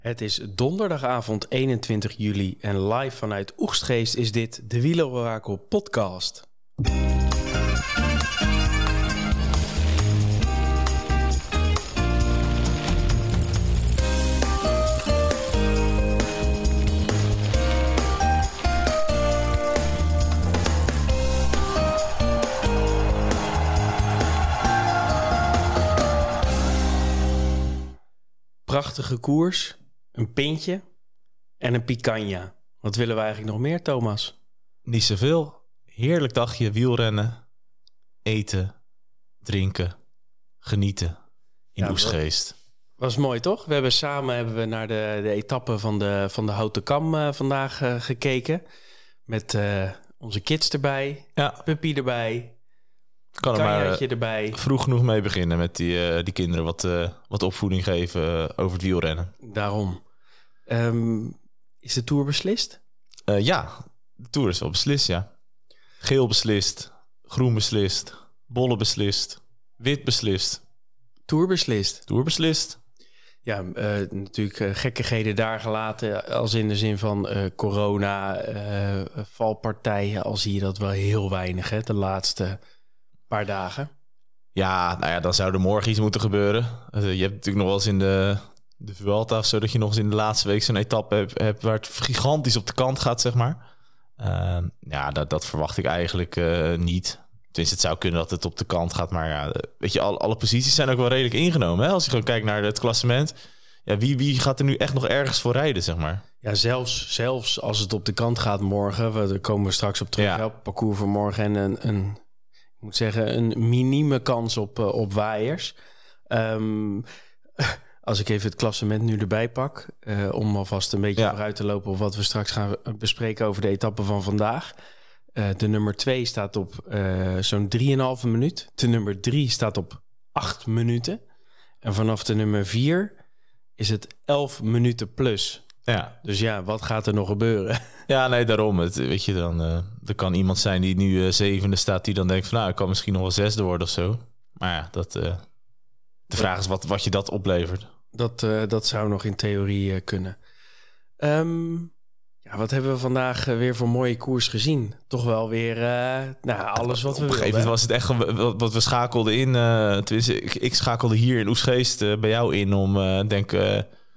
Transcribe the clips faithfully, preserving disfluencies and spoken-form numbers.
Het is donderdagavond eenentwintig juli en live vanuit Oegstgeest is dit de Wielerorakel podcast. Prachtige koers, een pintje en een picanha. Wat willen we eigenlijk nog meer, Thomas? Niet zoveel. Heerlijk dagje wielrennen, eten, drinken, genieten in ja, Oegstgeest. Was mooi, toch? We hebben samen hebben we naar de, de etappe van de, van de Houten Kam uh, vandaag uh, gekeken. Met uh, onze kids erbij, ja. Puppy erbij. Kan er maar erbij. Vroeg genoeg mee beginnen met die, uh, die kinderen wat, uh, wat opvoeding geven uh, over het wielrennen. Daarom. Um, is de Tour beslist? Uh, ja, de Tour is wel beslist, ja. Geel beslist, groen beslist, bolle beslist, wit beslist. Tour beslist? Tour beslist. Ja, uh, natuurlijk uh, gekkigheden daar gelaten. Als in de zin van uh, corona, uh, valpartijen. Al zie je dat wel heel weinig, hè, de laatste paar dagen. Ja, nou ja, dan zou er morgen iets moeten gebeuren. Uh, je hebt natuurlijk nog wel eens in de, de Vuelta of zo, dat je nog eens in de laatste week zo'n etappe hebt, hebt waar het gigantisch op de kant gaat, zeg maar. Uh, ja, dat, dat verwacht ik eigenlijk uh, niet. Tenminste, het zou kunnen dat het op de kant gaat, maar ja, weet je, alle, alle posities zijn ook wel redelijk ingenomen. Hè? Als je gewoon kijkt naar het klassement, ja, wie, wie gaat er nu echt nog ergens voor rijden, zeg maar? Ja, zelfs, zelfs als het op de kant gaat morgen, daar komen we straks op terug, ja. Op parcours van morgen en een, een ik moet zeggen, een minieme kans op, uh, op waaiers. Um, als ik even het klassement nu erbij pak, uh, om alvast een beetje ja. vooruit te lopen op wat we straks gaan bespreken over de etappe van vandaag. Uh, de nummer twee staat op uh, zo'n drieënhalve minuut. De nummer drie staat op acht minuten. En vanaf de nummer vier is het elf minuten plus. Ja. Dus ja, wat gaat er nog gebeuren? Ja, nee, daarom. Het, weet je, dan, uh, er kan iemand zijn die nu uh, zevende staat, die dan denkt van, nou, ik kan misschien nog wel zesde worden of zo. Maar ja, dat, uh, de vraag is wat, wat je dat oplevert. Dat, uh, dat zou nog in theorie uh, kunnen. Um, ja, wat hebben we vandaag uh, weer voor mooie koers gezien? Toch wel weer, uh, nou, alles wat we wilden. Op een gegeven moment was het echt wat, wat we schakelden in. Uh, tenminste, ik, ik schakelde hier in Oegstgeest uh, bij jou in om, uh, denk uh,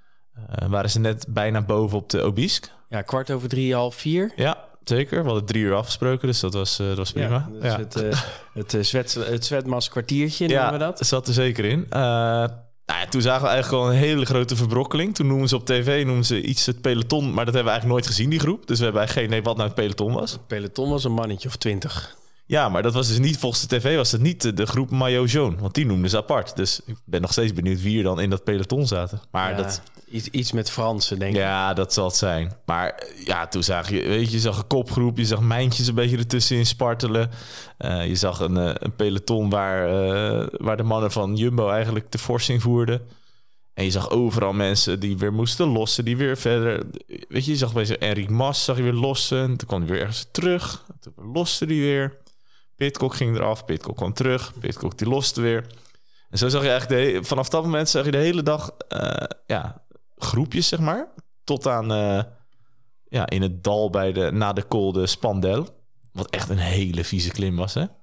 Uh, waren ze net bijna boven op de Obisque. Ja, kwart over drie, half vier. Ja, zeker. We hadden drie uur afgesproken, dus dat was, uh, dat was prima. Ja, dus ja. Het, uh, het, uh, zwet, het zwetmas kwartiertje ja, noemen we dat. Zat er zeker in. Uh, nou ja, toen zagen we eigenlijk al een hele grote verbrokkeling. Toen noemen ze op tv noemen ze iets het peloton, maar dat hebben we eigenlijk nooit gezien, die groep. Dus we hebben eigenlijk geen idee wat nou het peloton was. Het peloton was een mannetje of twintig. Ja, maar dat was dus niet, volgens de tv was het niet de, de groep Maillot Jaune, want die noemden ze apart. Dus ik ben nog steeds benieuwd wie er dan in dat peloton zaten. Maar ja, dat, iets, iets met Fransen, denk ik. Ja, dat zal het zijn. Maar ja, toen zag je, weet je, je zag een kopgroep, je zag mijntjes een beetje ertussenin spartelen. Uh, je zag een, uh, een peloton waar, uh, waar de mannen van Jumbo eigenlijk de forsing voerden. En je zag overal mensen die weer moesten lossen, die weer verder... Weet je, je zag bij zo'n Enric Mas, zag je weer lossen. Toen kwam hij weer ergens terug. Toen loste hij weer. Pidcock ging eraf, Pidcock kwam terug. Pidcock die loste weer. En zo zag je eigenlijk... De, vanaf dat moment zag je de hele dag uh, ja, groepjes, zeg maar. Tot aan uh, ja, in het dal bij de, na de Col de Spandel. Wat echt een hele vieze klim was, hè?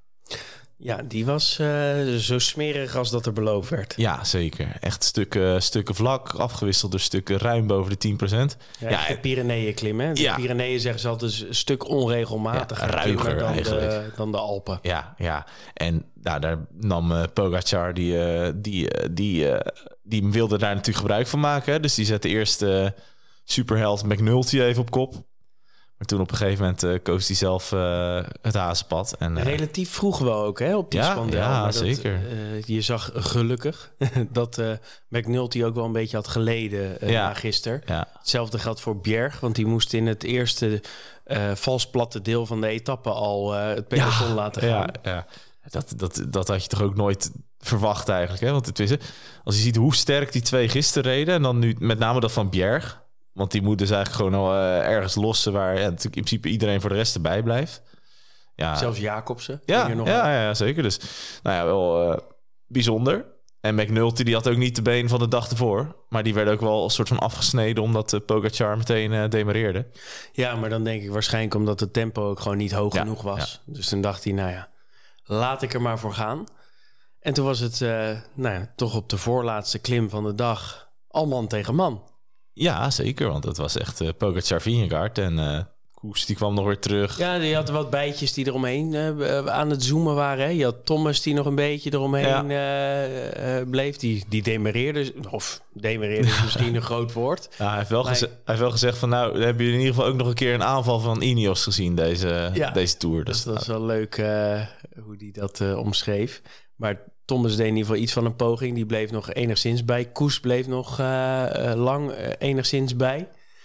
Ja, die was uh, zo smerig als dat er beloofd werd. Ja, zeker. Echt stukken, stukken vlak, afgewisseld door stukken ruim boven de tien procent. Ja, ja, de Pyreneeën klimmen. De ja. Pyreneeën zeggen ze altijd een stuk onregelmatiger ja, ruiger dan eigenlijk. De, dan de Alpen. Ja, ja. En nou, daar nam uh, Pogacar, die, uh, die, uh, die, uh, die wilde daar natuurlijk gebruik van maken. Hè? Dus die zette eerst uh, superheld McNulty even op kop. Maar toen op een gegeven moment uh, koos hij zelf uh, het hazenpad. En, uh, relatief vroeg wel ook, hè, op die ja, Spandel. Ja, maar zeker. Dat, uh, je zag gelukkig dat uh, McNulty ook wel een beetje had geleden uh, ja. na gisteren. Ja. Hetzelfde geldt voor Bjerg, want die moest in het eerste uh, vals platte deel van de etappe al uh, het peloton ja, laten gaan. Ja, ja. Dat, dat, dat had je toch ook nooit verwacht eigenlijk, hè? Want het is, als je ziet hoe sterk die twee gisteren reden, en dan nu met name dat van Bjerg. Want die moet dus eigenlijk gewoon al uh, ergens lossen waar ja, natuurlijk in principe iedereen voor de rest erbij blijft. Ja. Zelfs Jacobsen. Ja, nog ja, ja, zeker. Dus nou ja, wel uh, bijzonder. En McNulty die had ook niet de been van de dag ervoor. Maar die werd ook wel een soort van afgesneden... omdat uh, Pogacar meteen uh, demareerde. Ja, maar dan denk ik waarschijnlijk... omdat het tempo ook gewoon niet hoog ja, genoeg was. Ja. Dus toen dacht hij, nou ja, laat ik er maar voor gaan. En toen was het uh, nou ja, toch op de voorlaatste klim van de dag... al man tegen man. Ja, zeker. Want het was echt uh, Pogacar-Vingegaard en... Uh, Koes, die kwam nog weer terug. Ja, die had wat bijtjes die eromheen uh, aan het zoomen waren. Hè? Je had Thomas die nog een beetje eromheen ja. uh, uh, bleef. Die, die demereerde, of demereerde is misschien een groot woord. Ja, hij, heeft wel geze- hij heeft wel gezegd van... nou, hebben jullie in ieder geval ook nog een keer een aanval van Ineos gezien deze, ja, deze Tour. Dus, dus dat is wel leuk uh, hoe die dat uh, omschreef. Maar Thomas deed in ieder geval iets van een poging. Die bleef nog enigszins bij. Koes bleef nog uh, uh, lang uh, enigszins bij.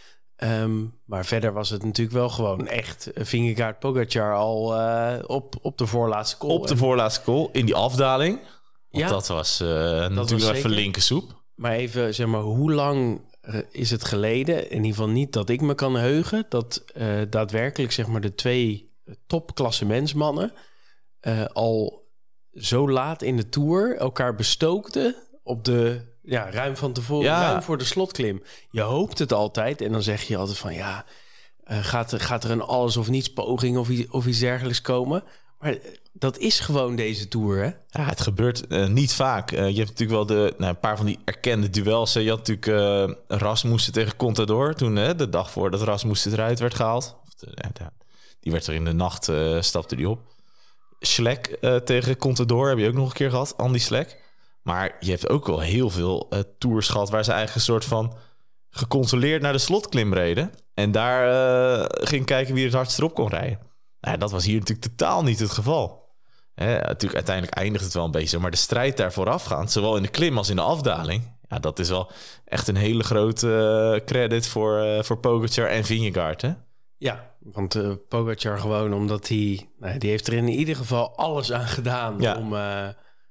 Um, maar verder was het natuurlijk wel gewoon echt Vingegaard Pogacar al uh, op, op de voorlaatste call. Op de voorlaatste call, in die afdaling. Want ja, dat was uh, dat natuurlijk was even linkersoep. Maar even, zeg maar, hoe lang is het geleden? In ieder geval niet dat ik me kan heugen... dat uh, daadwerkelijk, zeg maar, de twee topklassementsmannen... Uh, al zo laat in de Tour elkaar bestookten op de... Ja, ruim van tevoren, ja. ruim voor de slotklim. Je hoopt het altijd en dan zeg je altijd van... ja, uh, gaat, er, gaat er een alles of niets poging of, of iets dergelijks komen? Maar dat is gewoon deze Tour, hè? Ja, het gebeurt uh, niet vaak. Uh, je hebt natuurlijk wel de, nou, een paar van die erkende duels. Je had natuurlijk uh, Rasmussen tegen Contador... toen uh, de dag voordat Rasmussen eruit werd gehaald. Of de, uh, die werd er in de nacht, uh, stapte die op. Schleck uh, tegen Contador heb je ook nog een keer gehad, Andy Schleck. Maar je hebt ook wel heel veel uh, tours gehad... waar ze eigenlijk een soort van gecontroleerd naar de slotklim reden. En daar uh, ging kijken wie het hardst erop kon rijden. Nou, dat was hier natuurlijk totaal niet het geval. Hè, natuurlijk, uiteindelijk eindigt het wel een beetje zo. Maar de strijd daar voorafgaand, zowel in de klim als in de afdaling... ja, dat is wel echt een hele grote uh, credit voor, uh, voor Pogacar en Vingegaard, hè? Ja, want uh, Pogacar gewoon omdat hij... Nou, die heeft er in ieder geval alles aan gedaan ja. om... Uh,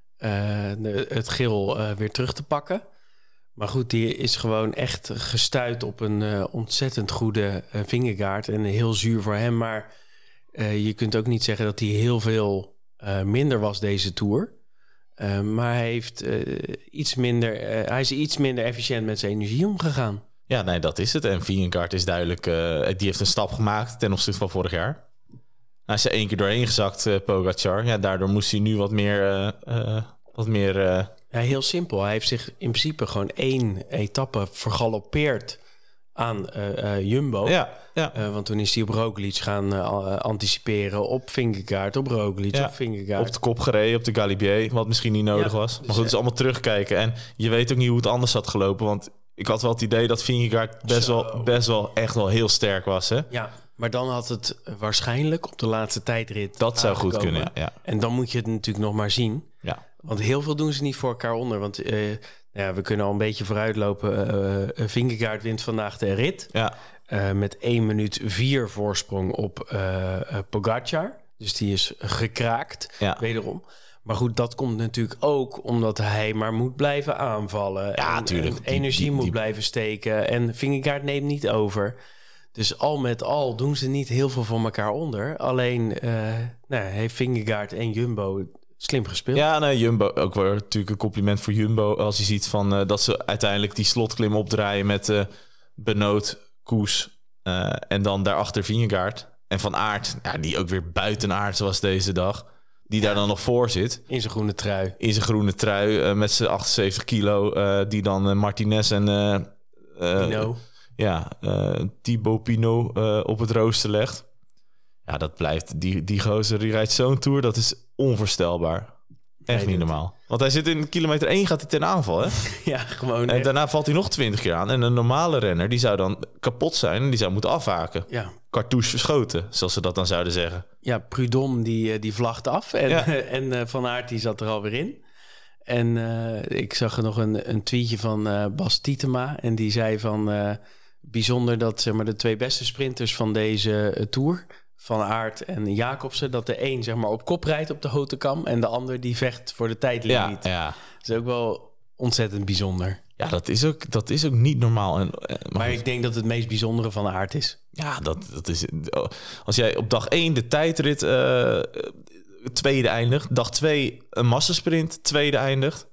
Uh, de, het geel uh, weer terug te pakken. Maar goed, die is gewoon echt gestuit op een uh, ontzettend goede uh, Vingegaard. En heel zuur voor hem. Maar uh, je kunt ook niet zeggen dat hij heel veel uh, minder was deze Tour. Uh, maar hij, heeft, uh, iets minder, uh, hij is iets minder efficiënt met zijn energie omgegaan. Ja, nee, dat is het. En Vingegaard is duidelijk... Uh, die heeft een stap gemaakt ten opzichte van vorig jaar. Hij is er één keer doorheen gezakt, uh, Pogacar. Ja, daardoor moest hij nu wat meer... Uh, uh, wat meer uh... ja, heel simpel. Hij heeft zich in principe gewoon één etappe vergaloppeerd aan uh, uh, Jumbo. Ja, ja. Uh, want toen is hij op Roglic gaan uh, anticiperen op Vingegaard, op Roglic, ja. op Vingegaard. Op de kop gereden, op de Galibier, wat misschien niet nodig ja, was. Maar goed, het is allemaal terugkijken. En je weet ook niet hoe het anders had gelopen. Want ik had wel het idee dat Vingegaard best, wel, best wel echt wel heel sterk was, hè? Ja. Maar dan had het waarschijnlijk op de laatste tijdrit... Dat zou goed kunnen, ja, ja. En dan moet je het natuurlijk nog maar zien. Ja. Want heel veel doen ze niet voor elkaar onder. Want uh, ja, we kunnen al een beetje vooruitlopen. Uh, Vingegaard wint vandaag de rit. Ja. Uh, met één minuut vier voorsprong op uh, uh, Pogacar. Dus die is gekraakt, ja. wederom. Maar goed, dat komt natuurlijk ook omdat hij maar moet blijven aanvallen. Ja, natuurlijk. Energie die, die, moet die... blijven steken. En Vingegaard neemt niet over... Dus al met al doen ze niet heel veel van elkaar onder. Alleen uh, nou, heeft Vingegaard en Jumbo slim gespeeld. Ja, nee, Jumbo ook weer natuurlijk een compliment voor Jumbo. Als je ziet van, uh, dat ze uiteindelijk die slotklim opdraaien met uh, Benoot, Koes uh, en dan daarachter Vingegaard. En Van Aert, ja, die ook weer buitenaard was deze dag. Die daar dan nog voor zit. In zijn groene trui. In zijn groene trui uh, met zijn achtenzeventig kilo. Uh, die dan uh, Martinez en... Uh, uh, Pino. Ja, uh, Thibaut Pinot uh, op het rooster legt. Ja, dat blijft... Die, die gozer die rijdt zo'n Tour, dat is onvoorstelbaar. Echt nee, niet normaal. Want hij zit in kilometer één, gaat hij ten aanval, hè? Ja, gewoon... En echt. Daarna valt hij nog twintig keer aan. En een normale renner, die zou dan kapot zijn... en die zou moeten afhaken. Ja. Cartouche verschoten, zoals ze dat dan zouden zeggen. Ja, Prudhomme, die, die vlagt af. En, ja. en uh, Van Aert, die zat er alweer in. En uh, ik zag er nog een, een tweetje van uh, Bas Tietema. En die zei van... Uh, bijzonder dat, zeg maar, de twee beste sprinters van deze uh, Tour... Van Aert en Jacobsen, dat de een, zeg maar, op kop rijdt op de Hotekam... en de ander die vecht voor de tijdlimiet. Ja, ja. Dat is ook wel ontzettend bijzonder. Ja, dat is ook, dat is ook niet normaal. En, maar maar ik denk dat het meest bijzondere van Aert is. Ja, dat, dat is... Als jij op dag één de tijdrit uh, tweede eindigt... dag twee een massasprint tweede eindigt...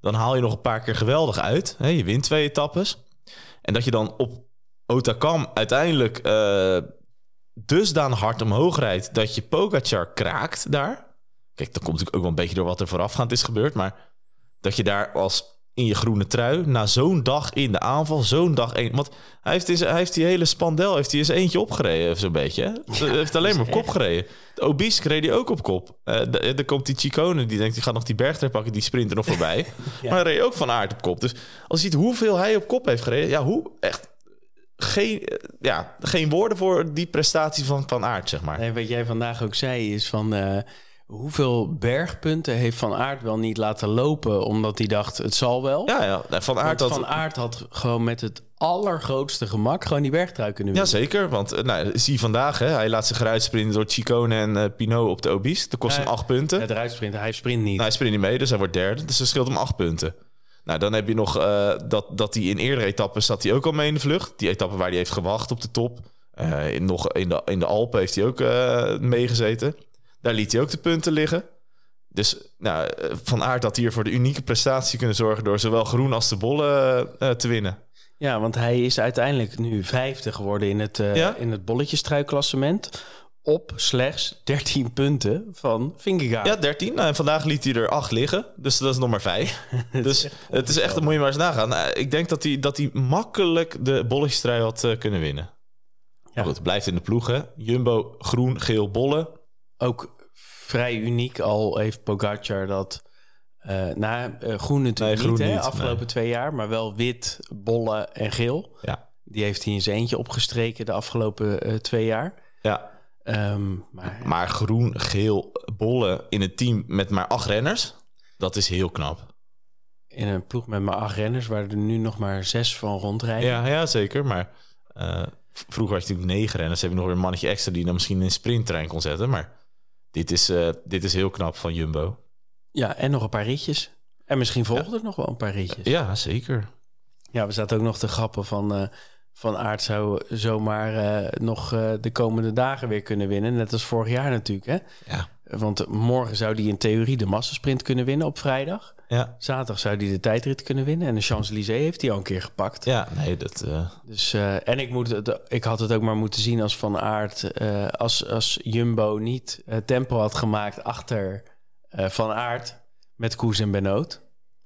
dan haal je nog een paar keer geweldig uit. Hè? Je wint twee etappes. En dat je dan op Otakam uiteindelijk uh, dusdanig hard omhoog rijdt... dat je Pogacar kraakt daar. Kijk, dat komt natuurlijk ook wel een beetje door wat er voorafgaand is gebeurd. Maar dat je daar als in je groene trui... na zo'n dag in de aanval, zo'n dag... Een, want hij heeft, in, hij heeft die hele spandel heeft hij eens eentje opgereden, zo'n beetje. Hè? Hij heeft alleen maar op kop gereden. De Obisque reed hij ook op kop. Uh, er komt die Ciccone, die denkt... die gaat nog die bergtrui pakken, die sprint er nog voorbij. ja. Maar hij reed ook Van Aert op kop. Dus als je ziet hoeveel hij op kop heeft gereden... ja, hoe echt... Geen, ja, geen woorden voor die prestatie van Van Aert, zeg maar. Nee, wat jij vandaag ook zei is van... Uh, hoeveel bergpunten heeft Van Aert wel niet laten lopen... omdat hij dacht, het zal wel. Ja, ja. Van Aert had... Van Aert had gewoon met het allergrootste gemak... gewoon die bergtrui kunnen winnen. Jazeker, want nou, zie vandaag... Hè, hij laat zich eruit sprinten door Ciccone en uh, Pinot op de Obisque. Dat kost uh, hem acht punten. Het eruit sprinten, hij sprint niet. Nou, hij sprint niet mee, dus hij wordt derde. Dus dat scheelt hem acht punten. Nou, dan heb je nog uh, dat, dat hij in eerdere etappes zat hij ook al mee in de vlucht. Die etappe waar hij heeft gewacht op de top. Uh, in, nog in de, in de Alpen heeft hij ook uh, meegezeten. Daar liet hij ook de punten liggen. Dus nou, Van Aert had hier voor de unieke prestatie kunnen zorgen... door zowel groen als de bolle uh, te winnen. Ja, want hij is uiteindelijk nu vijfde geworden in het, uh, ja? in het bolletjestruiklassement... op slechts dertien punten van Vingegaard. Ja, dertien. Nou, en vandaag liet hij er acht liggen. Dus dat is nog maar vijf. Dus het is echt, dat moet je maar eens nagaan. Nou, ik denk dat hij, dat hij makkelijk de bolletjestrui had uh, kunnen winnen. Ja. Maar goed, blijft in de ploeg, hè. Jumbo, groen, geel, bolle. Ook vrij uniek, al heeft Pogacar dat... Uh, nou, uh, groen natuurlijk nee, groen niet, hè, niet, afgelopen nee. twee jaar... maar wel wit, bolle en geel. Ja. Die heeft hij in zijn eentje opgestreken de afgelopen uh, twee jaar. Ja. Um, maar, maar groen, geel, bolle in een team met maar acht renners... dat is heel knap. In een ploeg met maar acht renners... waar er nu nog maar zes van rondrijden. Ja, ja zeker, maar... Uh, vroeger had je natuurlijk negen renners. Heb je nog weer een mannetje extra... die dan misschien in een sprinttrein kon zetten. Maar dit is, uh, dit is heel knap van Jumbo. Ja, en nog een paar ritjes. En misschien volgt ja. er nog wel een paar ritjes. Ja, zeker. Ja, we zaten ook nog te grappen van... Uh, Van Aert zou zomaar uh, nog uh, de komende dagen weer kunnen winnen. Net als vorig jaar natuurlijk, hè? Ja. Want morgen zou hij in theorie de massasprint kunnen winnen op vrijdag. Ja. Zaterdag zou hij de tijdrit kunnen winnen. En de Champs-Élysées heeft hij al een keer gepakt. Ja, nee, dat... Uh... Dus, uh, en ik, moet, ik had het ook maar moeten zien als Van Aert... Uh, als, als Jumbo niet uh, tempo had gemaakt achter uh, Van Aert... met Koes en Benoot.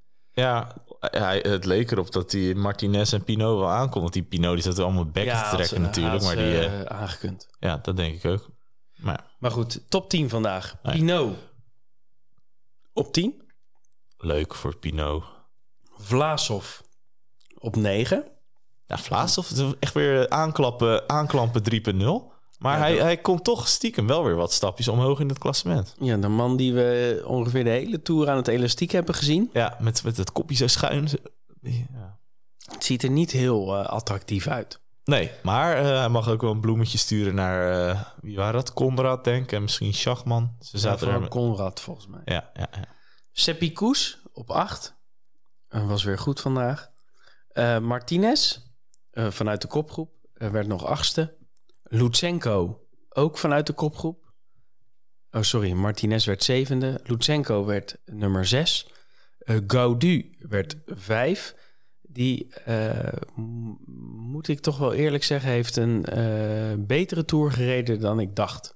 Ja, hij, het leek erop dat die Martinez en Pinot wel aankomt. Want die Pinot die zat allemaal bekken ja, te trekken ze, natuurlijk. Maar die uh, aangekund. Ja, dat denk ik ook. Maar, maar goed, top tien vandaag. Nee. Pinot op tien. Leuk voor Pinot. Vlasov op negen. Ja, Vlasov is echt weer aanklappen, aanklampen drie punt nul. Maar ja, hij, dat... hij komt toch stiekem wel weer wat stapjes omhoog in het klassement. Ja, de man die we ongeveer de hele Tour aan het elastiek hebben gezien. Ja, met, met het kopje zo schuin. Ja. Het ziet er niet heel uh, attractief uit. Nee, maar uh, hij mag ook wel een bloemetje sturen naar... Uh, wie waren dat? Konrad, denk ik. En misschien Schachman. Ze zaten ja, er... Konrad, volgens mij. Ja, ja, ja. Seppi Koes op acht. Uh, was weer goed vandaag. Uh, Martinez, uh, vanuit de kopgroep, uh, werd nog achtste. Lutsenko, ook vanuit de kopgroep. Oh, sorry, Martinez werd zevende. Lutsenko werd nummer zes. Uh, Gaudu werd vijf. Die, uh, m- moet ik toch wel eerlijk zeggen, heeft een uh, betere Tour gereden dan ik dacht.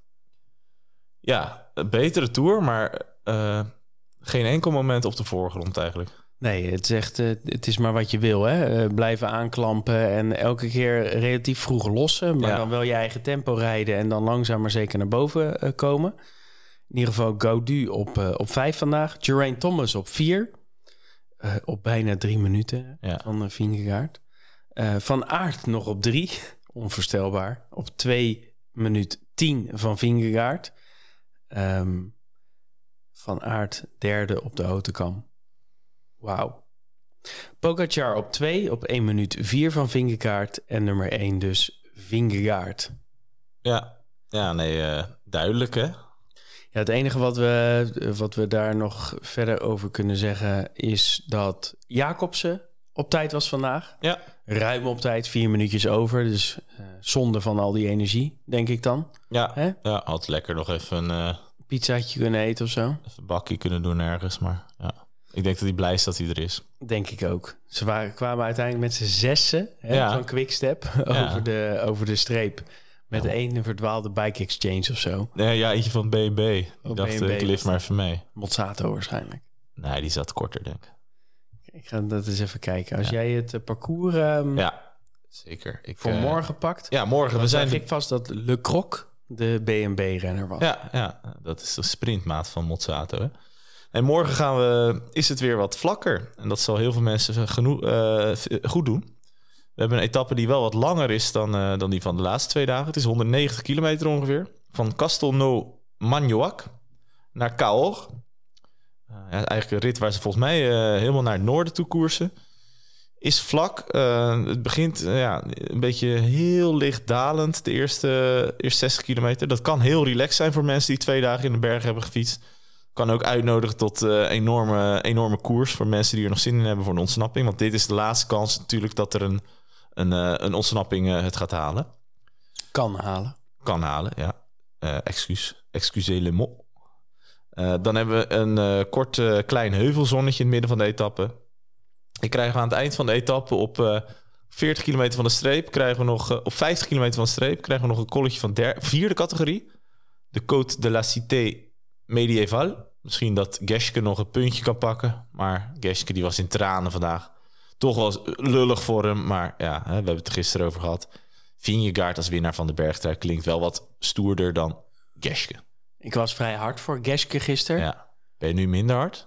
Ja, een betere Tour, maar uh, geen enkel moment op de voorgrond eigenlijk. Nee, het is echt, uh, het is maar wat je wil, hè. Uh, blijven aanklampen en elke keer relatief vroeg lossen. Maar ja. dan wel je eigen tempo rijden en dan langzaam maar zeker naar boven uh, komen. In ieder geval Gaudu op, uh, op vijf vandaag. Geraint Thomas op vier. Uh, op bijna drie minuten ja. van uh, Vingegaard. Uh, Van Aert nog op drie. Onvoorstelbaar. Op twee minuut tien van Vingegaard. Um, Van Aert derde op de Hautecam. Wauw. Pogacar op twee, op één minuut vier van Vingegaard. En nummer één dus Vingegaard. Ja, ja nee, uh, duidelijk hè? Ja, het enige wat we, wat we daar nog verder over kunnen zeggen... is dat Jacobsen op tijd was vandaag. Ja. Ruim op tijd, vier minuutjes over. Dus uh, zonde van al die energie, denk ik dan. Ja, Hè? ja had lekker nog even een... Uh... pizzaatje kunnen eten of zo. Even een bakje kunnen doen ergens, maar ja. Ik denk dat hij blij is dat hij er is. Denk ik ook. Ze waren, kwamen uiteindelijk met z'n zessen hè, ja. van Quickstep ja. over, de, over de streep. Met ja. één verdwaalde bike exchange of zo. Ja, ja eentje van B en B. Ik oh, dacht, B en B ik lift maar even mee. Mozzato waarschijnlijk. Nee, die zat korter, denk ik. Ik ga dat eens even kijken. Als ja. jij het uh, parcours... Um, ja, zeker. Ik, voor uh, morgen pakt... Ja, morgen. We zijn ik vast dat Le Croc de B en B-renner was. Ja, ja, dat is de sprintmaat van Mozzato, hè? En morgen gaan we, is het weer wat vlakker. En dat zal heel veel mensen genoeg, uh, goed doen. We hebben een etappe die wel wat langer is dan, uh, dan die van de laatste twee dagen. Het is honderdnegentig kilometer ongeveer. Van Castelnau-Magnoac naar Cahors. Uh, ja, eigenlijk een rit waar ze volgens mij uh, helemaal naar het noorden toe koersen. Is vlak. Uh, het begint uh, ja, een beetje heel licht dalend. De eerste, eerste zestig kilometer. Dat kan heel relaxed zijn voor mensen die twee dagen in de bergen hebben gefietst. Kan ook uitnodigen tot uh, enorme, enorme koers voor mensen die er nog zin in hebben voor een ontsnapping. Want dit is de laatste kans natuurlijk dat er een, een, uh, een ontsnapping uh, het gaat halen. Kan halen. Kan halen, ja. Uh, excuus, excusez le mot. Uh, dan hebben we een uh, kort uh, klein heuvelzonnetje in het midden van de etappe. Ik krijg aan het eind van de etappe op uh, veertig kilometer van de streep... krijgen we nog uh, op vijftig kilometer van de streep... krijgen we nog een kolletje van der, vierde categorie. De Côte de la Cité Medieval. Misschien dat Geschke nog een puntje kan pakken. Maar Geschke die was in tranen vandaag. Toch was lullig voor hem. Maar ja, we hebben het er gisteren over gehad. Vingegaard als winnaar van de bergtrui klinkt wel wat stoerder dan Geschke. Ik was vrij hard voor Geschke gisteren. Ja. Ben je nu minder hard?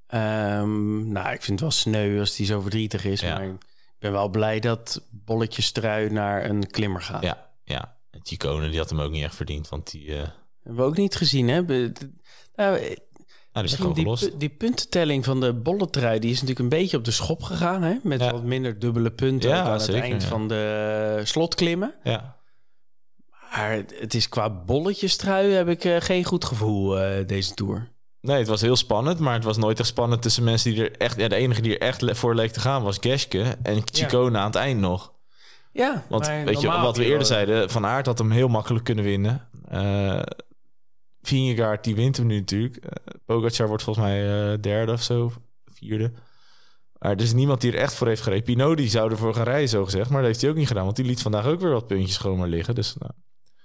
Um, nou, ik vind het wel sneu als die zo verdrietig is. Ja. Maar ik ben wel blij dat Bolletjestrui naar een klimmer gaat. Ja, ja. En Ciccone, die had hem ook niet echt verdiend. Want die... Uh... Hebben we ook niet gezien, hè? Be- nou, nou, die, die, die puntentelling van de bolletrui... die is natuurlijk een beetje op de schop gegaan, hè? Met ja. wat minder dubbele punten ja, aan zeker, het eind ja. van de slotklimmen. Ja. Maar het is qua bolletjestrui heb ik uh, geen goed gevoel uh, deze Tour. Nee, het was heel spannend, maar het was nooit echt spannend tussen mensen die er echt... Ja, de enige die er echt voor leek te gaan was Geschke en Ciccone ja. aan het eind nog. Ja, want weet je, wat we eerder wel... zeiden, Van Aert had hem heel makkelijk kunnen winnen. Uh, Vingegaard, die wint hem nu natuurlijk. Uh, Pogacar wordt volgens mij uh, derde of zo, vierde. Maar er is niemand die er echt voor heeft gereden. Pinot, die zou ervoor gaan rijden, zo gezegd. Maar dat heeft hij ook niet gedaan, want die liet vandaag ook weer wat puntjes gewoon maar liggen. Dus nou,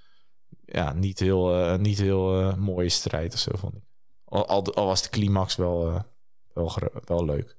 ja, niet heel, uh, niet heel uh, mooie strijd of zo, vond ik. Al, al, al was de climax wel, uh, wel, wel leuk.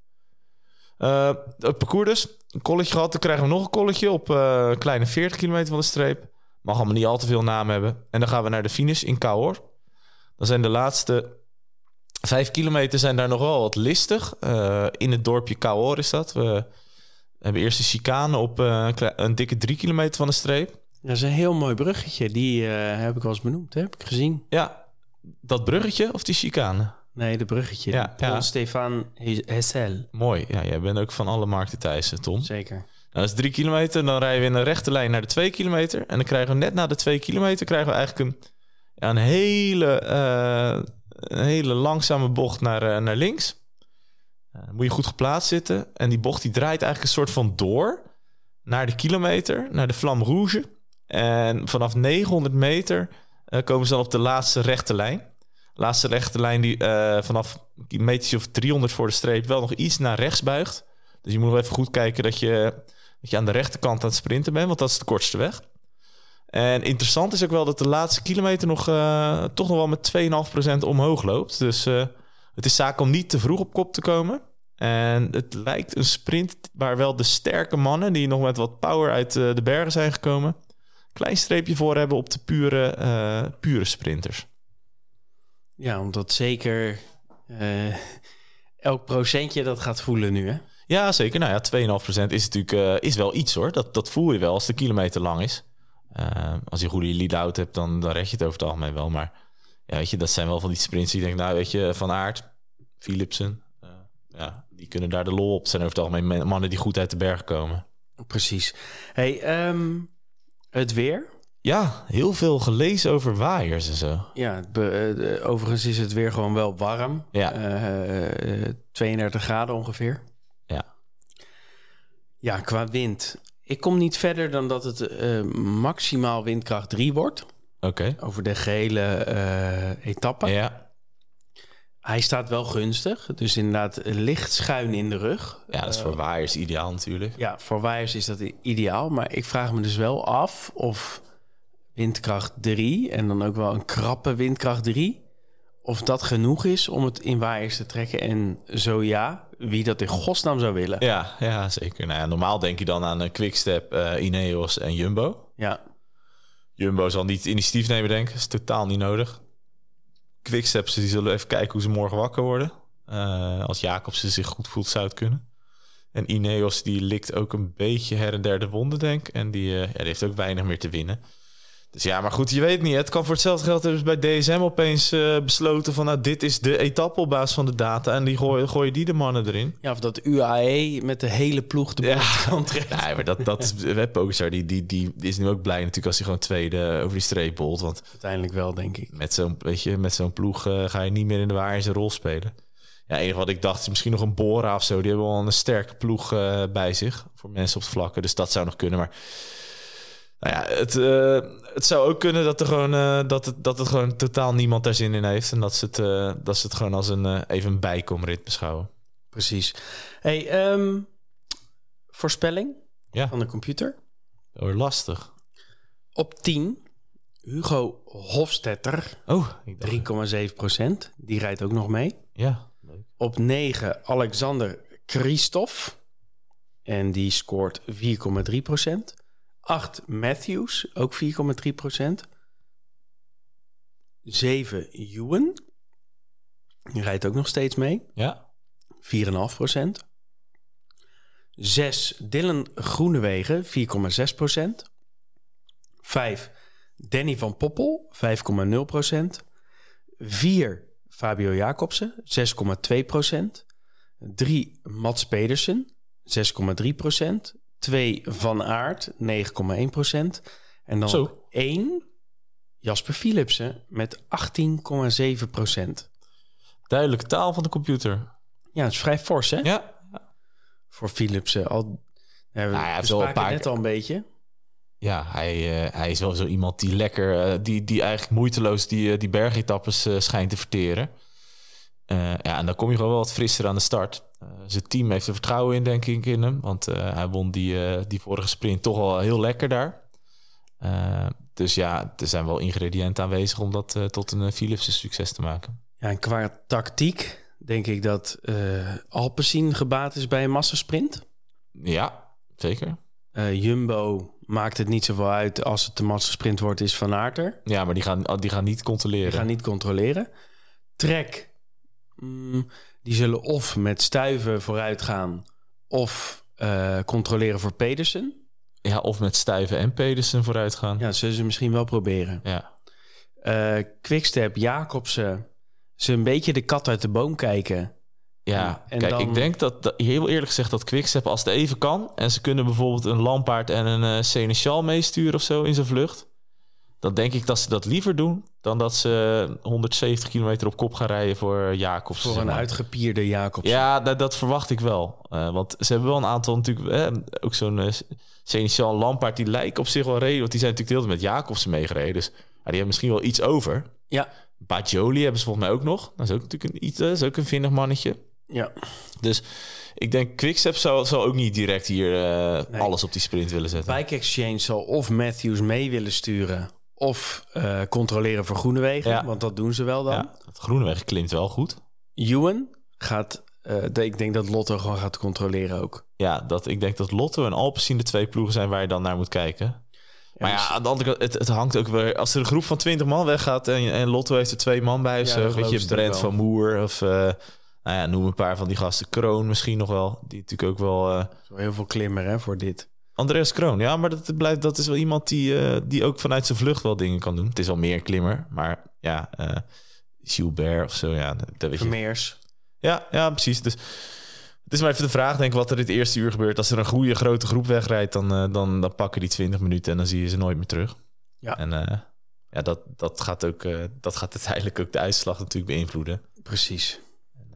Uh, het parcours dus. Een kolletje gehad. Dan krijgen we nog een kolletje op uh, een kleine veertig kilometer van de streep. Mag allemaal niet al te veel naam hebben. En dan gaan we naar de finish in Cahors. Dan zijn de laatste vijf kilometer zijn daar nog wel wat listig. Uh, in het dorpje Cahors is dat. We hebben eerst de chicane op uh, een, klein, een dikke drie kilometer van de streep. Dat is een heel mooi bruggetje. Die uh, heb ik wel eens benoemd. Hè? Heb ik gezien. Ja, dat bruggetje of die chicane? Nee, de bruggetje. Ja, Paul ja. Stefan Hessel. Mooi. Ja, jij bent ook van alle markten thuis, Tom. Zeker. Nou, dat is drie kilometer. Dan rijden we in een rechte lijn naar de twee kilometer. En dan krijgen we net na de twee kilometer... krijgen we eigenlijk een, ja, een, hele, uh, een hele langzame bocht naar, uh, naar links. Uh, dan moet je goed geplaatst zitten. En die bocht die draait eigenlijk een soort van door... naar de kilometer, naar de Flamme Rouge. En vanaf negenhonderd meter uh, komen ze dan op de laatste rechte lijn. Laatste rechte lijn die uh, vanaf een metertje of driehonderd voor de streep... wel nog iets naar rechts buigt. Dus je moet nog even goed kijken dat je, dat je aan de rechterkant aan het sprinten bent... want dat is de kortste weg. En interessant is ook wel dat de laatste kilometer... nog uh, toch nog wel met twee komma vijf procent omhoog loopt. Dus uh, het is zaak om niet te vroeg op kop te komen... En het lijkt een sprint waar wel de sterke mannen... die nog met wat power uit uh, de bergen zijn gekomen... klein streepje voor hebben op de pure, uh, pure sprinters. Ja, omdat zeker uh, elk procentje dat gaat voelen nu, hè? Ja, zeker. Nou ja, twee komma vijf procent is natuurlijk uh, is wel iets, hoor. Dat, dat voel je wel als de kilometer lang is. Uh, als je een goede lead-out hebt, dan, dan red je het over het algemeen wel. Maar ja, weet je, dat zijn wel van die sprints die je denkt... nou, weet je, Van Aert, Philipsen... Ja, die kunnen daar de lol op. Het zijn over het algemeen mannen die goed uit de berg komen. Precies. Hey, um, het weer? Ja, heel veel gelezen over waaiers en zo. Ja, be, uh, overigens is het weer gewoon wel warm. Ja. Uh, uh, tweeëndertig graden ongeveer. Ja. Ja, qua wind. Ik kom niet verder dan dat het uh, maximaal windkracht drie wordt. Oké. Okay. Over de gehele uh, etappe. Ja. Hij staat wel gunstig. Dus inderdaad licht schuin in de rug. Ja, dat is voor waaiers ideaal natuurlijk. Ja, voor waaiers is dat ideaal. Maar ik vraag me dus wel af of windkracht drie... en dan ook wel een krappe windkracht drie... of dat genoeg is om het in waaiers te trekken. En zo ja, wie dat in godsnaam zou willen. Ja, ja zeker. Nou ja, normaal denk je dan aan uh, Quickstep, uh, Ineos en Jumbo. Ja. Jumbo zal niet initiatief nemen, denk ik. Dat is totaal niet nodig. Quickstep, die zullen even kijken hoe ze morgen wakker worden. Uh, als Jacobsen zich goed voelt, zou het kunnen. En Ineos, die likt ook een beetje her en der de wonden, denk ik. En die, uh, ja, die heeft ook weinig meer te winnen. Dus ja, maar goed, je weet niet. Het kan voor hetzelfde geld hebben ze bij D S M opeens uh, besloten van... nou, dit is de etappe op basis van de data. En die gooien, gooien die de mannen erin. Ja, of dat U A E met de hele ploeg de bocht ja. kan trekken. Nee, maar dat, dat is... Pogacar, die, die, die is nu ook blij natuurlijk als hij gewoon tweede over die streep bolt. Want uiteindelijk wel, denk ik. Met zo'n, weet je, met zo'n ploeg uh, ga je niet meer in de waar zijn rol spelen. Ja, het enige wat ik dacht is misschien nog een Bora of zo. Die hebben wel een sterke ploeg uh, bij zich. Voor mensen op het vlakken. Dus dat zou nog kunnen, maar... Nou ja, het, uh, het zou ook kunnen dat er gewoon uh, dat het, dat het gewoon totaal niemand daar zin in heeft. En dat ze het, uh, dat ze het gewoon als een uh, even een bijkomrit beschouwen. Precies. Hey, um, voorspelling ja. van de computer. Oh, lastig. Op tien, Hugo Hofstetter. Oh, drie komma zeven procent. Die rijdt ook nog mee. Ja, leuk. Op negen, Alexander Kristoff. En die scoort vier komma drie procent. acht, Matthews, ook vier komma drie procent. zeven, Ewan. Die rijdt ook nog steeds mee. Ja. vier komma vijf procent. zes, Dylan Groenewegen, vier komma zes procent. vijf, Danny van Poppel, vijf komma nul procent. vier, Fabio Jacobsen, zes komma twee procent. drie, Mats Pedersen, zes komma drie procent. twee, Van Aert, negen komma één procent. En dan Zo. op één, Jasper Philipsen met achttien komma zeven procent. Duidelijke taal van de computer. Ja, dat is vrij fors, hè? Ja. Voor Philipsen. Al, ja, we Nou ja, hij heeft bespraken wel een paar net al een beetje. Ja, hij, uh, hij is wel zo iemand die lekker... Uh, die, die eigenlijk moeiteloos die, uh, die bergetappes uh, schijnt te verteren. Uh, ja, en dan kom je gewoon wel wat frisser aan de start. Uh, zijn team heeft er vertrouwen in, denk ik, in hem. Want uh, hij won die, uh, die vorige sprint toch wel heel lekker daar. Uh, dus ja, er zijn wel ingrediënten aanwezig om dat uh, tot een uh, Philipsen succes te maken. Ja, en qua tactiek denk ik dat uh, Alpecin gebaat is bij een massasprint. Ja, zeker. Uh, Jumbo maakt het niet zoveel uit als het de massasprint wordt, is Van Aert er. Ja, maar die gaan, die gaan niet controleren. Die gaan niet controleren. Trek... Mm, die zullen of met stuiven vooruit gaan of uh, controleren voor Pedersen. Ja, of met Stuyven en Pedersen vooruit gaan. Ja, dat zullen ze misschien wel proberen. Ja. Uh, Quickstep, Jacobsen, ze een beetje de kat uit de boom kijken. Ja, en kijk, dan... ik denk dat, dat, heel eerlijk gezegd, dat Quickstep als het even kan... en ze kunnen bijvoorbeeld een Lampaard en een uh, Seneschal meesturen of zo in zijn vlucht... dan denk ik dat ze dat liever doen... dan dat ze honderdzeventig kilometer op kop gaan rijden voor Jacobsen. Voor een zeg maar. uitgepierde Jacobsen. Ja, dat, dat verwacht ik wel. Uh, want ze hebben wel een aantal natuurlijk... Eh, ook zo'n uh, Seneschal, Lampaard, die lijken op zich wel reden... want die zijn natuurlijk de hele tijd met Jacobsen meegereden. Dus ja, die hebben misschien wel iets over. Ja. Bajoli hebben ze volgens mij ook nog. Dat is ook natuurlijk een, iets, dat is ook een vinnig mannetje. Ja. Dus ik denk Quickstep zal, zal ook niet direct hier uh, nee. alles op die sprint willen zetten. Bike Exchange zal of Matthews mee willen sturen... of uh, controleren voor Groenewegen, ja. want dat doen ze wel dan. Ja, Groenewegen klimt wel goed. Ewan gaat... Uh, de, ik denk dat Lotto gewoon gaat controleren ook. Ja, dat, ik denk dat Lotto en Alpecin de twee ploegen zijn waar je dan naar moet kijken. Ja, maar dus... ja, aan de andere kant, het, het hangt ook weer... Als er een groep van twintig man weggaat en, en Lotto heeft er twee man bij... Ja, zo, weet je, Brent van Moer of... Uh, nou ja, noem een paar van die gasten. Kroon misschien nog wel. Die natuurlijk ook wel... Uh... Zo heel veel klimmer, hè, voor dit. Andreas Kroon, ja, maar dat, blijft, dat is wel iemand die, uh, die ook vanuit zijn vlucht wel dingen kan doen. Het is wel meer klimmer, maar ja, uh, Gilbert of zo, ja. Dat weet Vermeers. Je. Ja, ja, precies. Dus het is maar even de vraag, denk ik, wat er dit eerste uur gebeurt. Als er een goede grote groep wegrijdt, dan, uh, dan, dan pakken die twintig minuten en dan zie je ze nooit meer terug. Ja. En uh, ja, dat, dat, gaat ook, uh, dat gaat uiteindelijk ook de uitslag natuurlijk beïnvloeden. Precies. Uh...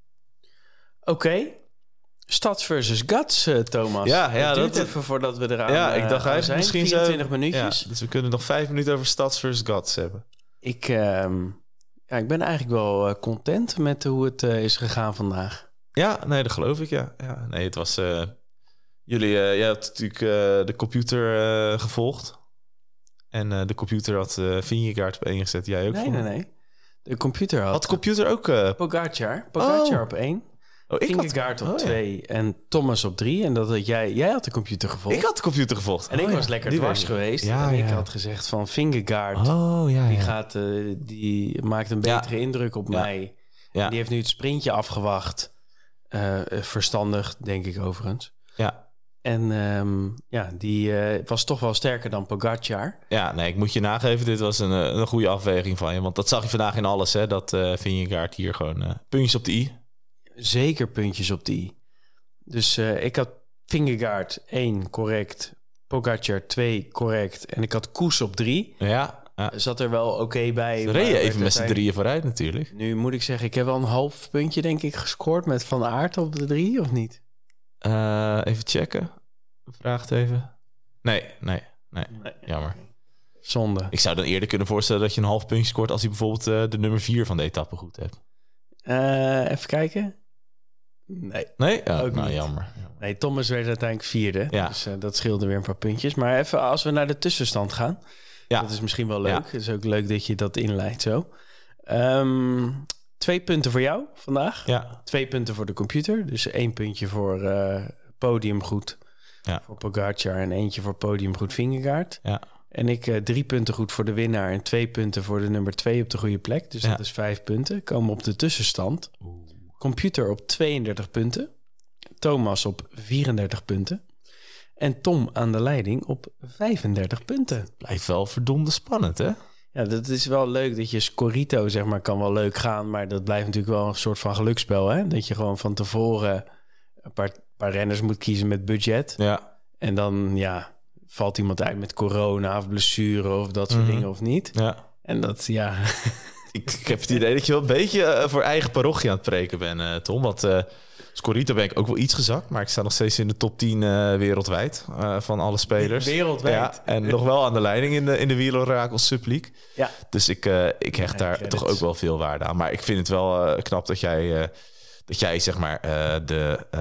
Oké. Okay. Stads versus Guts, uh, Thomas. Ja, ja, het duurt dat even voordat we eraan ja, ik dacht uh, zijn. Misschien vierentwintig minuutjes. Ja, dus we kunnen nog vijf minuten over Stads versus Guts hebben. Ik, uh, Ja, ik ben eigenlijk wel uh, content met hoe het uh, is gegaan vandaag. Ja, nee, dat geloof ik, ja. ja nee, het was... Uh, jullie, uh, jij had natuurlijk uh, de computer uh, gevolgd. En uh, de computer had uh, Vingegaard op één gezet. Jij ook? Nee, nee, nee. De computer had... Had de computer ook... Uh... Pogacar. Pogacar oh. op één. Oh, ik Vingegaard had... op oh, twee ja. en Thomas op drie. En dat had jij, jij had de computer gevolgd. Ik had de computer gevolgd. En ik oh, was ja. lekker die dwars geweest. Ja, en ik ja. had gezegd van Vingegaard, oh, ja, die, ja. gaat, uh, die maakt een betere ja. indruk op ja. mij. Ja. Die heeft nu het sprintje afgewacht. Uh, verstandig, denk ik overigens. Ja. En um, ja, die uh, was toch wel sterker dan Pogacar. Ja, nee, ik moet je nageven, dit was een, een goede afweging van je. Want dat zag je vandaag in alles, hè. Dat uh, Vingegaard hier gewoon uh, puntjes op de i. Zeker puntjes op de i. Dus uh, ik had Vingegaard één correct, Pogacar twee correct. En ik had Koes op drie. Ja. Ja. Zat er wel oké okay bij. Ze reden even met z'n drieën vooruit natuurlijk. Nu moet ik zeggen, ik heb wel een half puntje denk ik gescoord met Van Aert op de drie, of niet? Uh, even checken. Vraag het even. Nee, nee, nee, nee. Jammer. Zonde. Ik zou dan eerder kunnen voorstellen dat je een half puntje scoort als je bijvoorbeeld uh, de nummer vier van de etappe goed hebt. Uh, even kijken. Nee. Nee? Ja, ook nou, niet. jammer. Nee, Thomas werd uiteindelijk vierde. Ja. Dus uh, dat scheelde weer een paar puntjes. Maar even als we naar de tussenstand gaan. Ja. Dat is misschien wel leuk. Ja. Het is ook leuk dat je dat inleidt zo. Um, twee punten voor jou vandaag. Ja. Twee punten voor de computer. Dus één puntje voor uh, podiumgoed ja. voor Pogacar en eentje voor podiumgoed Vingegaard. Ja. En ik uh, drie punten goed voor de winnaar en twee punten voor de nummer twee op de goede plek. Dus ja. dat is vijf punten. Komen op de tussenstand. Oeh. Computer op tweeëndertig punten. Thomas op vierendertig punten. En Tom aan de leiding op vijfendertig punten. Blijft wel verdomde spannend, hè? Ja, dat is wel leuk dat je Scorito, zeg maar, kan wel leuk gaan. Maar dat blijft natuurlijk wel een soort van geluksspel, hè? Dat je gewoon van tevoren een paar, paar renners moet kiezen met budget. Ja. En dan, ja, valt iemand uit met corona of blessure of dat soort mm-hmm. dingen of niet. Ja. En dat, ja... ik, ik heb het idee dat je wel een beetje uh, voor eigen parochie aan het preken bent, uh, Tom. Want uh, Scorito ben ik ook wel iets gezakt. Maar ik sta nog steeds in de top tien uh, wereldwijd uh, van alle spelers. Wereldwijd? Ja, en nog wel aan de leiding in de, in de Wielerrakels Subleague. Ja. Dus ik, uh, ik hecht daar ja, toch ook wel veel waarde aan. Maar ik vind het wel uh, knap dat jij, uh, dat jij zeg maar, uh, de... Uh,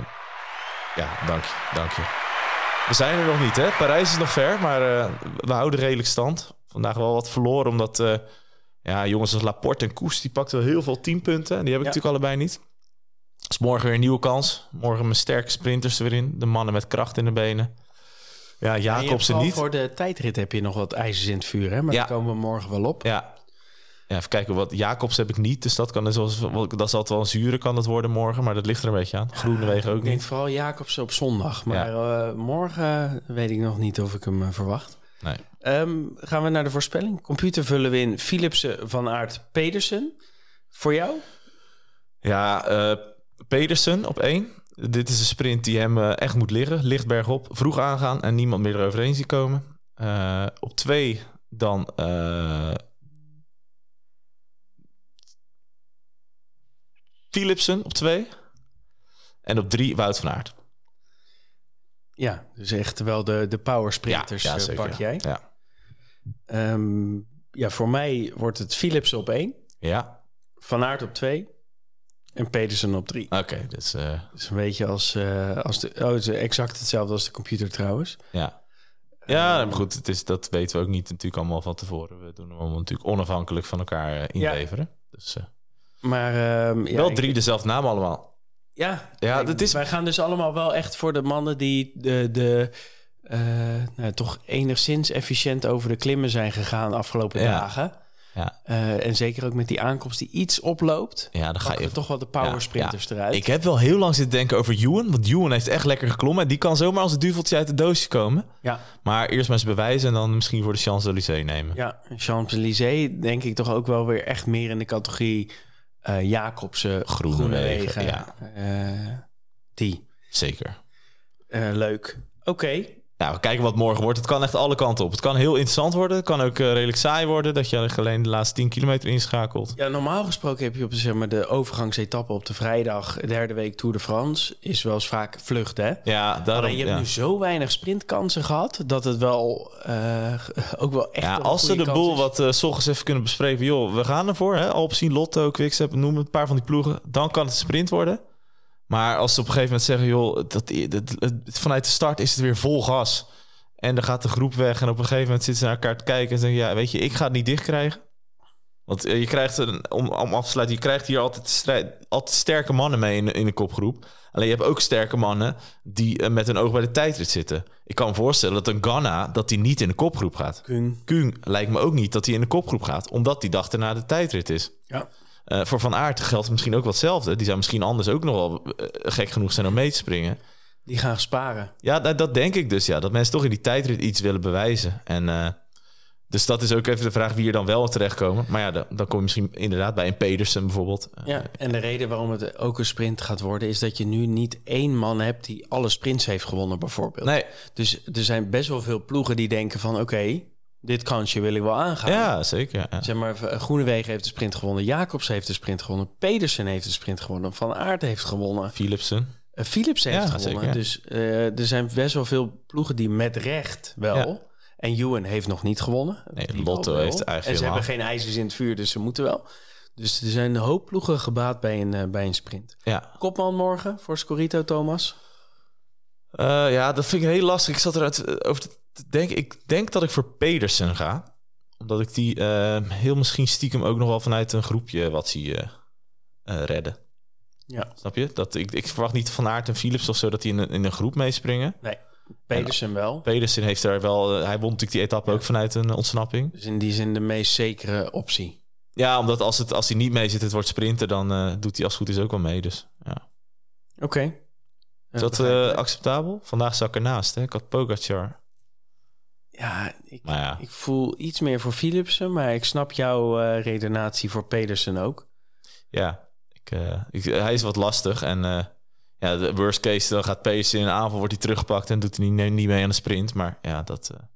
ja, dank je, dank je. We zijn er nog niet, hè? Parijs is nog ver, maar uh, we houden redelijk stand. Vandaag wel wat verloren, omdat... Uh, ja, jongens als Laporte en Koes, die pakten wel heel veel teampunten. En die heb ik ja. natuurlijk allebei niet. Dus morgen weer een nieuwe kans. Morgen mijn sterke sprinters er weer in. De mannen met kracht in de benen. Ja, Jacobsen ja, niet. Voor de tijdrit heb je nog wat ijzers in het vuur, hè? Maar ja. daar komen we morgen wel op. Ja. Ja, even kijken. Wat Jacobs heb ik niet. Dus dat, kan dus wel, dat is altijd wel een zure kan het worden morgen. Maar dat ligt er een beetje aan. Groenewegen ook ik niet. denk vooral Jacobsen op zondag. Maar ja. uh, morgen weet ik nog niet of ik hem uh, verwacht. Nee. Um, gaan we naar de voorspelling. Computer vullen we in Philipsen, Van Aert, Pedersen. Voor jou? Ja, uh, Pedersen op één. Dit is een sprint die hem uh, echt moet liggen. Licht bergop, vroeg aangaan en niemand meer eroverheen zien komen. Uh, op twee dan... Uh, Philipsen op twee. En op drie Wout van Aert. Ja, dus echt wel de, de power sprinters ja, ja, pak jij. Ja. Um, ja, voor mij wordt het Philipsen op één. Ja. Van Aert op twee. En Pedersen op drie. Oké, okay, dus... Uh... dus een beetje als... Uh, als de, oh, het is exact hetzelfde als de computer trouwens. Ja. Ja, um, maar goed, het is, dat weten we ook niet natuurlijk allemaal van tevoren. We doen hem allemaal natuurlijk onafhankelijk van elkaar uh, inleveren. Ja. Dus... Uh... Maar, um, ja, wel drie ik, dezelfde naam allemaal. Ja, ja ik, dat is... wij gaan dus allemaal wel echt voor de mannen die de, de uh, nou, toch enigszins efficiënt over de klimmen zijn gegaan de afgelopen ja. dagen. Ja. Uh, en zeker ook met die aankomst die iets oploopt. Ja, dan ga je toch wel de power ja, sprinters ja. eruit. Ik heb wel heel lang zitten denken over Ewan. Want Ewan heeft echt lekker geklommen. En die kan zomaar als een duveltje uit de doosje komen. Ja. Maar eerst maar eens bewijzen en dan misschien voor de Champs-Élysées nemen. Ja, Champs-Élysées denk ik toch ook wel weer echt meer in de categorie uh, Jacobsen, Groenewegen. Ja. Uh, die. Zeker. Uh, leuk. Oké. Okay. Ja, we kijken wat morgen wordt. Het kan echt alle kanten op. Het kan heel interessant worden. Het kan ook uh, redelijk saai worden. Dat je alleen de laatste tien kilometer inschakelt. Ja, normaal gesproken heb je op de, zeg maar, de overgangsetappe op de vrijdag, derde week Tour de France, is wel eens vaak vlucht, hè? Ja, daarom, Alleen je hebt ja. nu zo weinig sprintkansen gehad, dat het wel uh, ook wel echt ja, een als ze de boel is. wat uh, 's ochtends even kunnen bespreken. Joh, we gaan ervoor. Hè? Alpecin, Lotto, Quickstep, noem een paar van die ploegen. Dan kan het een sprint worden. Maar als ze op een gegeven moment zeggen, joh, dat, dat, dat, dat, vanuit de start is het weer vol gas. En dan gaat de groep weg en op een gegeven moment zitten ze naar elkaar te kijken en zeggen, ja, weet je, ik ga het niet dicht krijgen. Want je krijgt, een, om, om af te sluiten, je krijgt hier altijd, strijd, altijd sterke mannen mee in, in de kopgroep. Alleen je hebt ook sterke mannen die uh, met hun oog bij de tijdrit zitten. Ik kan me voorstellen dat een Ganna, dat die niet in de kopgroep gaat. Kung. Kung lijkt me ook niet dat hij in de kopgroep gaat, omdat die dag erna de tijdrit is. Ja. Uh, voor Van Aert geldt misschien ook wel hetzelfde. Die zou misschien anders ook nog wel uh, gek genoeg zijn om mee te springen. Die gaan sparen. Ja, dat, dat denk ik dus. Ja, dat mensen toch in die tijdrit iets willen bewijzen. En uh, dus dat is ook even de vraag wie er dan wel terechtkomen. Maar ja, dan, dan kom je misschien inderdaad bij een Pedersen bijvoorbeeld. Ja, en de reden waarom het ook een sprint gaat worden, is dat je nu niet één man hebt die alle sprints heeft gewonnen bijvoorbeeld. Nee. Dus er zijn best wel veel ploegen die denken van oké, okay, dit kansje wil ik wel aangaan. Ja, zeker. Ja. Zeg maar, Groenewegen heeft de sprint gewonnen. Jacobs heeft de sprint gewonnen. Pedersen heeft de sprint gewonnen. Van Aert heeft gewonnen. Philipsen. Uh, Philips heeft ja, gewonnen. Zeker, ja. Dus uh, er zijn best wel veel ploegen die met recht wel. Ja. En Ewan heeft nog niet gewonnen. Nee, die Lotto heeft eigenlijk En ze helemaal. hebben geen ijzers in het vuur, dus ze moeten wel. Dus er zijn een hoop ploegen gebaat bij een, uh, bij een sprint. Ja. Kopman morgen voor Scorito, Thomas? Uh, ja, dat vind ik heel lastig. Ik zat eruit over te denken. Ik denk dat ik voor Pedersen ga. Omdat ik die uh, heel misschien stiekem ook nog wel vanuit een groepje wat zie uh, uh, redden. Ja. Snap je? Dat, ik, ik verwacht niet Van Aert en Philips of zo dat die in een, in een groep meespringen. Nee, Pedersen wel. Pedersen heeft er wel... Uh, hij won natuurlijk die etappe ja. ook vanuit een ontsnapping. Dus in die zin de meest zekere optie. Ja, omdat als, het, als hij niet mee zit, het wordt sprinten, dan uh, doet hij als het goed is ook wel mee. Dus ja. Oké. Okay. Is dat uh, acceptabel? Vandaag zat ik ernaast, hè? Ik had Pogacar. Ja, ik, nou ja, ik voel iets meer voor Philipsen, maar ik snap jouw uh, redenatie voor Pedersen ook. Ja, ik, uh, ik, hij is wat lastig. En uh, ja, de worst case, dan gaat Pedersen in een aanval, wordt hij teruggepakt en doet hij niet, niet mee aan de sprint. Maar ja, dat, uh,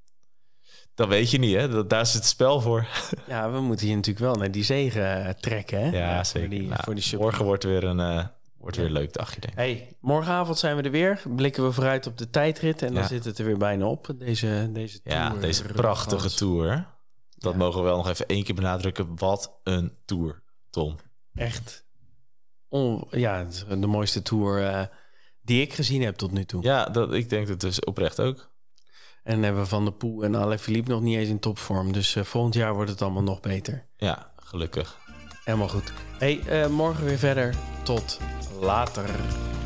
dat weet je niet, hè? Dat, daar is het spel voor. Ja, we moeten hier natuurlijk wel naar die zegen uh, trekken, hè? Ja, ja zeker. Voor die, nou, voor die morgen wordt weer een... Uh, Wordt weer een leuk dagje, denk ik. Hey, morgenavond zijn we er weer. Blikken we vooruit op de tijdrit. En dan ja. zit het er weer bijna op. Deze, deze tour. Ja, deze prachtige Frans. tour. Dat ja. mogen we wel nog even één keer benadrukken. Wat een tour, Tom. Echt. On, ja, de mooiste tour uh, die ik gezien heb tot nu toe. Ja, dat, ik denk het dus oprecht ook. En dan hebben we Van der Poel en Alaphilippe nog niet eens in topvorm. Dus uh, volgend jaar wordt het allemaal nog beter. Ja, gelukkig. Helemaal goed. Hey, uh, morgen weer verder. Tot later.